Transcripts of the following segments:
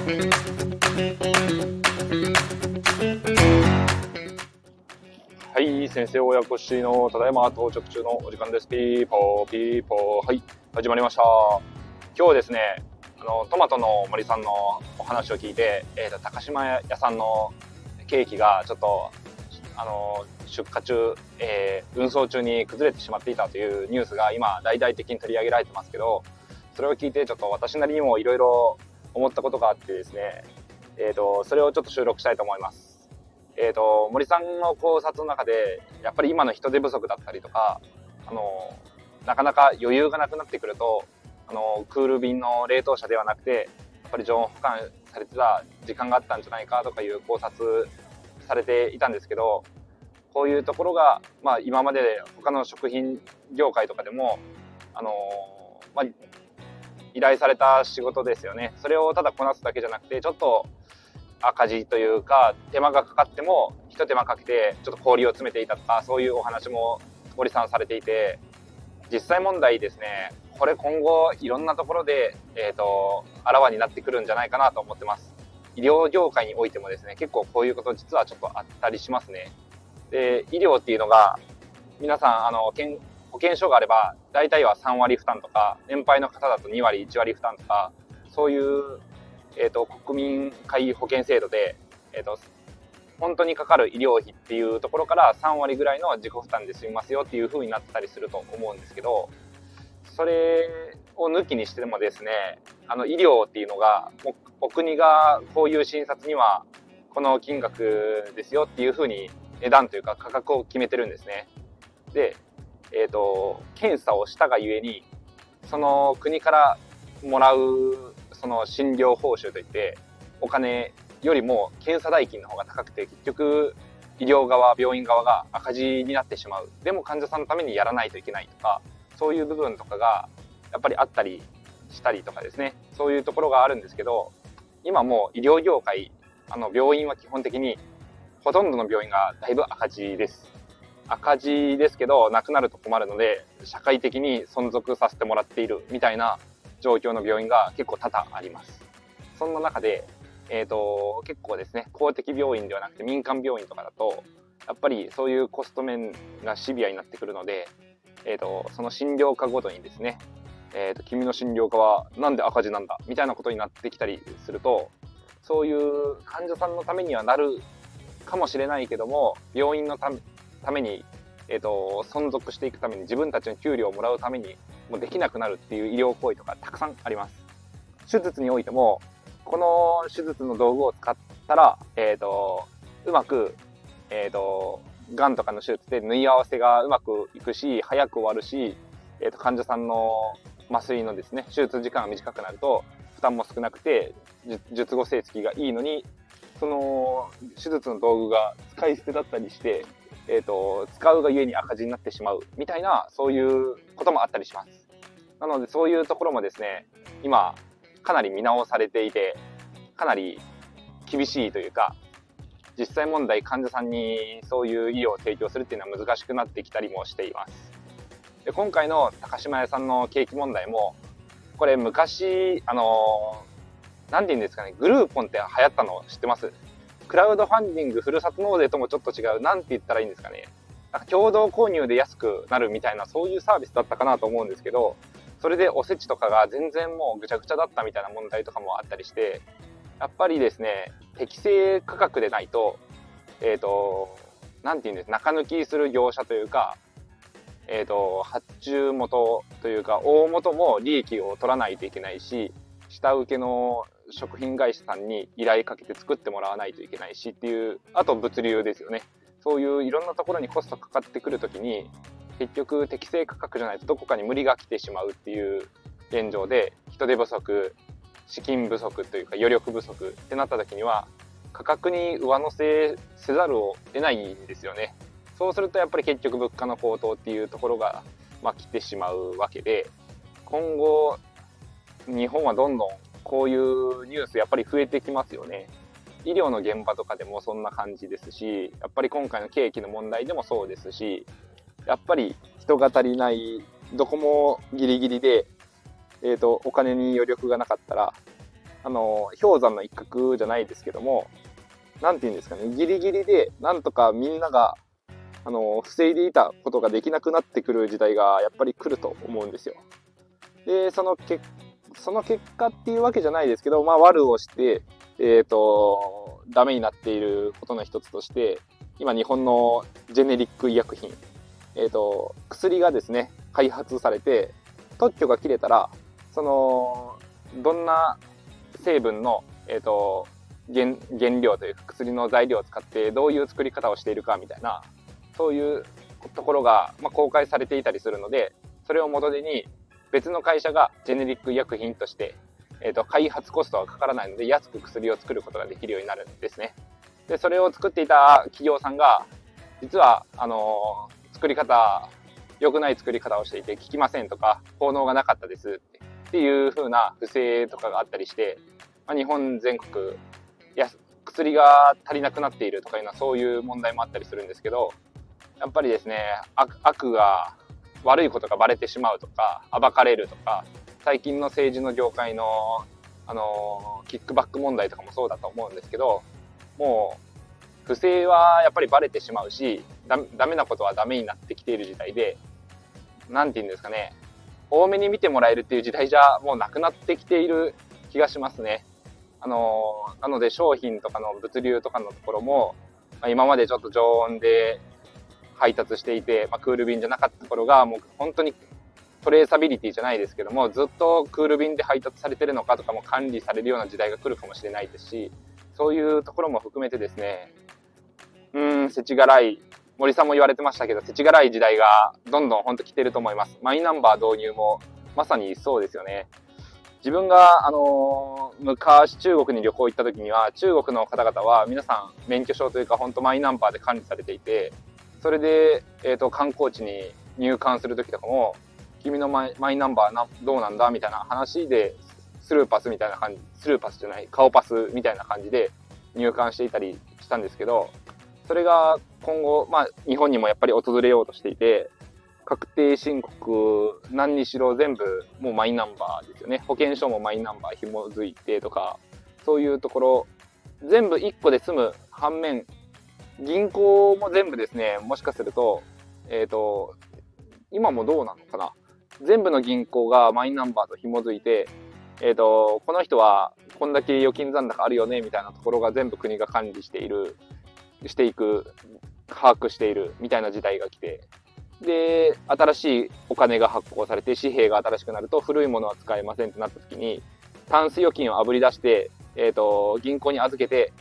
はい、先生親子しのただいま到着中のお時間です。ピーポーピーポー。はい、始まりました。今日ですね、トマトの森さんのお話を聞いて、高島屋さんのケーキがちょっと出荷中、運送中に崩れてしまっていたというニュースが今大々的に取り上げられてますけど、それを聞いてちょっと私なりにもいろいろ思ったことがあってですね、それをちょっと収録したいと思います。森さんの考察の中でやっぱり今の人手不足だったりとか、なかなか余裕がなくなってくると、クール便の冷凍車ではなくてやっぱり常温保管されてた時間があったんじゃないかとかいう考察されていたんですけど、こういうところが、今まで他の食品業界とかでも、依頼された仕事ですよね。それをただこなすだけじゃなくて、ちょっと赤字というか手間がかかっても一手間かけてちょっと氷を詰めていたとか、そういうお話も森さんされていて、実際問題ですね、これ今後いろんなところで、あらわになってくるんじゃないかなと思ってます。医療業界においてもですね、結構こういうこと実はちょっとあったりしますね。で、医療っていうのが皆さん保険証があれば大体は3割負担とか、年配の方だと2割1割負担とか、そういう、国民皆保険制度で、本当にかかる医療費っていうところから3割ぐらいの自己負担で済みますよっていう風になったりすると思うんですけど、それを抜きにしてもですね、医療っていうのがお国がこういう診察にはこの金額ですよっていう風に値段というか価格を決めてるんですね。で、検査をしたがゆえにその国からもらうその診療報酬といってお金よりも検査代金の方が高くて、結局医療側病院側が赤字になってしまう。でも患者さんのためにやらないといけないとか、そういう部分とかがやっぱりあったりしたりとかですね、そういうところがあるんですけど、今もう医療業界、病院は基本的にほとんどの病院がだいぶ赤字です。赤字ですけどなくなると困るので社会的に存続させてもらっているみたいな状況の病院が結構多々あります。そんな中で、結構ですね、公的病院ではなくて民間病院とかだとやっぱりそういうコスト面がシビアになってくるので、その診療科ごとにですね、君の診療科はなんで赤字なんだみたいなことになってきたりすると、そういう患者さんのためにはなるかもしれないけども、病院のために、存続していくために自分たちの給料をもらうためにもうできなくなるっていう医療行為とかたくさんあります。手術においてもこの手術の道具を使ったら、うまく、がんとかの手術で縫い合わせがうまくいくし早く終わるし、患者さんの麻酔のですね手術時間が短くなると負担も少なくて術後成績がいいのに、その手術の道具が使い捨てだったりして、使うがゆえに赤字になってしまうみたいな、そういうこともあったりします。なのでそういうところもですね、今かなり見直されていて、かなり厳しいというか、実際問題患者さんにそういう医療を提供するっていうのは難しくなってきたりもしています。で、今回の高島屋さんの景気問題も、これ昔なんて言うんですかね、グルーポンって流行ったの知ってます？クラウドファンディング、ふるさと納税ともちょっと違う、なんて言ったらいいんですかね、なんか共同購入で安くなるみたいな、そういうサービスだったかなと思うんですけど、それでおせちとかが全然もうぐちゃぐちゃだったみたいな問題とかもあったりして、やっぱりですね、適正価格でないと、なんて言うんです、中抜きする業者というか、発注元というか大元も利益を取らないといけないし、下請けの食品会社さんに依頼かけて作ってもらわないといけないしっていう、あと物流ですよね。そういういろんなところにコストかかってくるときに、結局適正価格じゃないとどこかに無理が来てしまうっていう現状で、人手不足、資金不足というか余力不足ってなった時には価格に上乗せせざるを得ないんですよね。そうするとやっぱり結局物価の高騰っていうところが、来てしまうわけで、今後日本はどんどんこういうニュースやっぱり増えてきますよね。医療の現場とかでもそんな感じですし、やっぱり今回の景気の問題でもそうですし、やっぱり人が足りない、どこもギリギリで、お金に余力がなかったら氷山の一角じゃないですけども、なんていうんですかね、ギリギリでなんとかみんなが防いでいたことができなくなってくる時代がやっぱり来ると思うんですよ。で、その結果っていうわけじゃないですけど、悪をして、ダメになっていることの一つとして、今日本のジェネリック医薬品、薬がですね、開発されて、特許が切れたら、どんな成分の、原料というか薬の材料を使ってどういう作り方をしているかみたいな、そういうところが、公開されていたりするので、それを元手に別の会社がジェネリック医薬品として、開発コストはかからないので安く薬を作ることができるようになるんですね。で、それを作っていた企業さんが、実は、作り方、良くない作り方をしていて効きませんとか、効能がなかったですっていう風な不正とかがあったりして、日本全国、薬が足りなくなっているとかいうのはそういう問題もあったりするんですけど、やっぱりですね、悪いことがバレてしまうとか、暴かれるとか、最近の政治の業界の、キックバック問題とかもそうだと思うんですけど、もう、不正はやっぱりバレてしまうし、ダメなことはダメになってきている時代で、なんて言うんですかね、多めに見てもらえるっていう時代じゃもうなくなってきている気がしますね。なので商品とかの物流とかのところも、今までちょっと常温で配達していて、クール便じゃなかったところがもう本当にトレーサビリティじゃないですけども、ずっとクール便で配達されてるのかとかも管理されるような時代が来るかもしれないですし、そういうところも含めてですね、世知辛い、森さんも言われてましたけど、世知辛い時代がどんどん本当来てると思います。マイナンバー導入もまさにそうですよね。自分が、昔中国に旅行行った時には、中国の方々は皆さん免許証というか本当マイナンバーで管理されていて、それで、観光地に入館する時とかも、君のマイナンバーどうなんだみたいな話で、スルーパスみたいな感じ、スルーパスじゃない、顔パスみたいな感じで入館していたりしたんですけど、それが今後、日本にもやっぱり訪れようとしていて、確定申告何にしろ全部もうマイナンバーですよね。保険証もマイナンバー紐づいてとか、そういうところ、全部1個で済む反面、銀行も全部ですね、もしかすると、今もどうなのかな。全部の銀行がマイナンバーと紐づいて、この人はこんだけ預金残高あるよねみたいなところが全部国が管理していく、把握しているみたいな時代が来て、で、新しいお金が発行されて紙幣が新しくなると古いものは使えませんってなった時に、タンス預金をあぶり出して、銀行に預けて、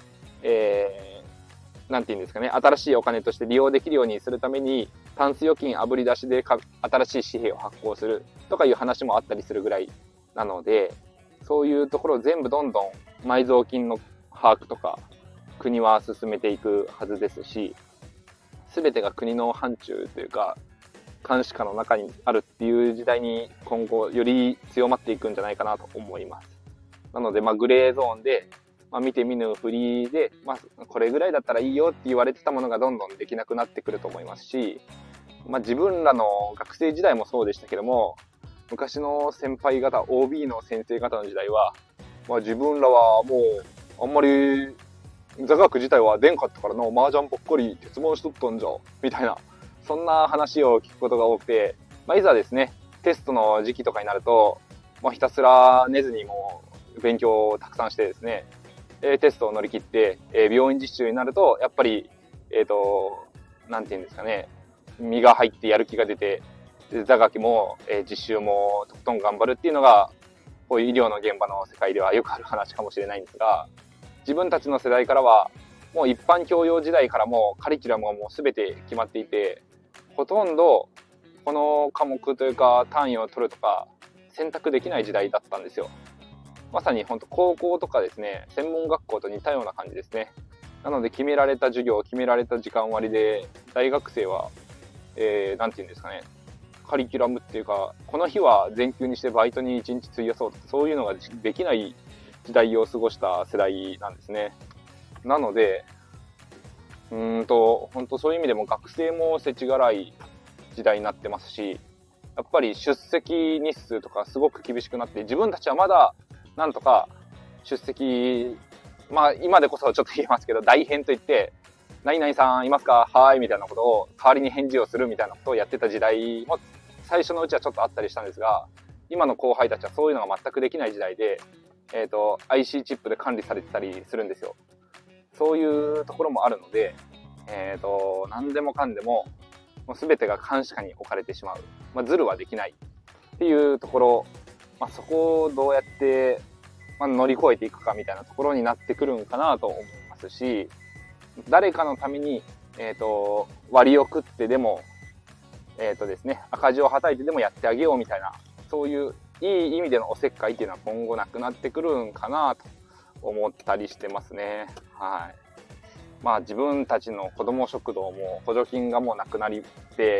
なんていうんですかね、新しいお金として利用できるようにするために、タンス預金あぶり出しで新しい紙幣を発行するとかいう話もあったりするぐらいなので、そういうところを全部どんどん埋蔵金の把握とか国は進めていくはずですし、全てが国の範疇というか監視下の中にあるっていう時代に今後より強まっていくんじゃないかなと思います。なのでグレーゾーンで、見て見ぬふりで、これぐらいだったらいいよって言われてたものがどんどんできなくなってくると思いますし、自分らの学生時代もそうでしたけども、昔の先輩方 OB の先生方の時代は、自分らはもうあんまり座学自体は出んかったからの麻雀ばっかり鉄腕しとったんじゃみたいな、そんな話を聞くことが多くて、いざですねテストの時期とかになると、ひたすら寝ずにも勉強をたくさんしてですね、テストを乗り切って、病院実習になるとやっぱりなんていうんですかね、身が入ってやる気が出て、座学も、実習もとことん頑張るっていうのがこういう医療の現場の世界ではよくある話かもしれないんですが、自分たちの世代からはもう一般教養時代からもカリキュラムはもう全て決まっていて、ほとんどこの科目というか単位を取るとか選択できない時代だったんですよ。まさに本当高校とかですね、専門学校と似たような感じですね。なので決められた授業、決められた時間割で大学生は、なんていうんですかね、カリキュラムっていうか、この日は全休にしてバイトに1日費やそうとか、そういうのができない時代を過ごした世代なんですね。なので、本当そういう意味でも学生も世知辛い時代になってますし、やっぱり出席日数とかすごく厳しくなって、自分たちはまだなんとか出席、今でこそちょっと言えますけど、代返といって、何々さんいますか、はーいみたいなことを代わりに返事をするみたいなことをやってた時代も最初のうちはちょっとあったりしたんですが、今の後輩たちはそういうのが全くできない時代で、IC チップで管理されてたりするんですよ。そういうところもあるので、何でもかんでも、もう全てが監視下に置かれてしまう。ズルはできないっていうところ、そこをどうやって、乗り越えていくかみたいなところになってくるんかなと思いますし、誰かのために、割を食ってでも、ですね、赤字をはたいてでもやってあげようみたいな、そういういい意味でのおせっかいっていうのは今後なくなってくるんかなと思ったりしてますね。はい。自分たちの子ども食堂も補助金がもうなくなりって、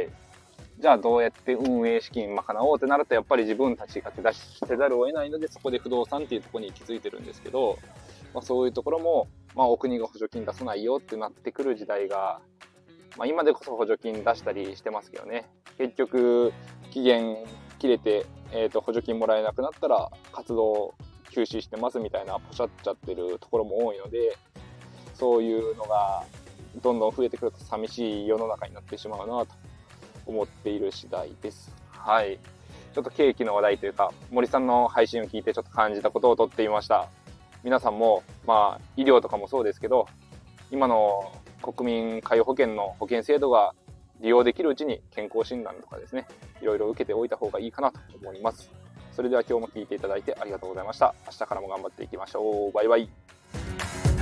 じゃあどうやって運営資金賄おうってなると、やっぱり自分たちが手出しせざるを得ないので、そこで不動産っていうところに気づいてるんですけど、そういうところも、お国が補助金出さないよってなってくる時代が、今でこそ補助金出したりしてますけどね。結局、期限切れて、補助金もらえなくなったら活動休止してますみたいなポシャっちゃってるところも多いので、そういうのがどんどん増えてくると寂しい世の中になってしまうなと思っている次第です。はい。ちょっと景気の話題というか、森さんの配信を聞いてちょっと感じたことを撮ってみました。皆さんも、医療とかもそうですけど、今の国民皆保険の保険制度が利用できるうちに健康診断とかですね、いろいろ受けておいた方がいいかなと思います。それでは今日も聞いていただいてありがとうございました。明日からも頑張っていきましょう。バイバイ。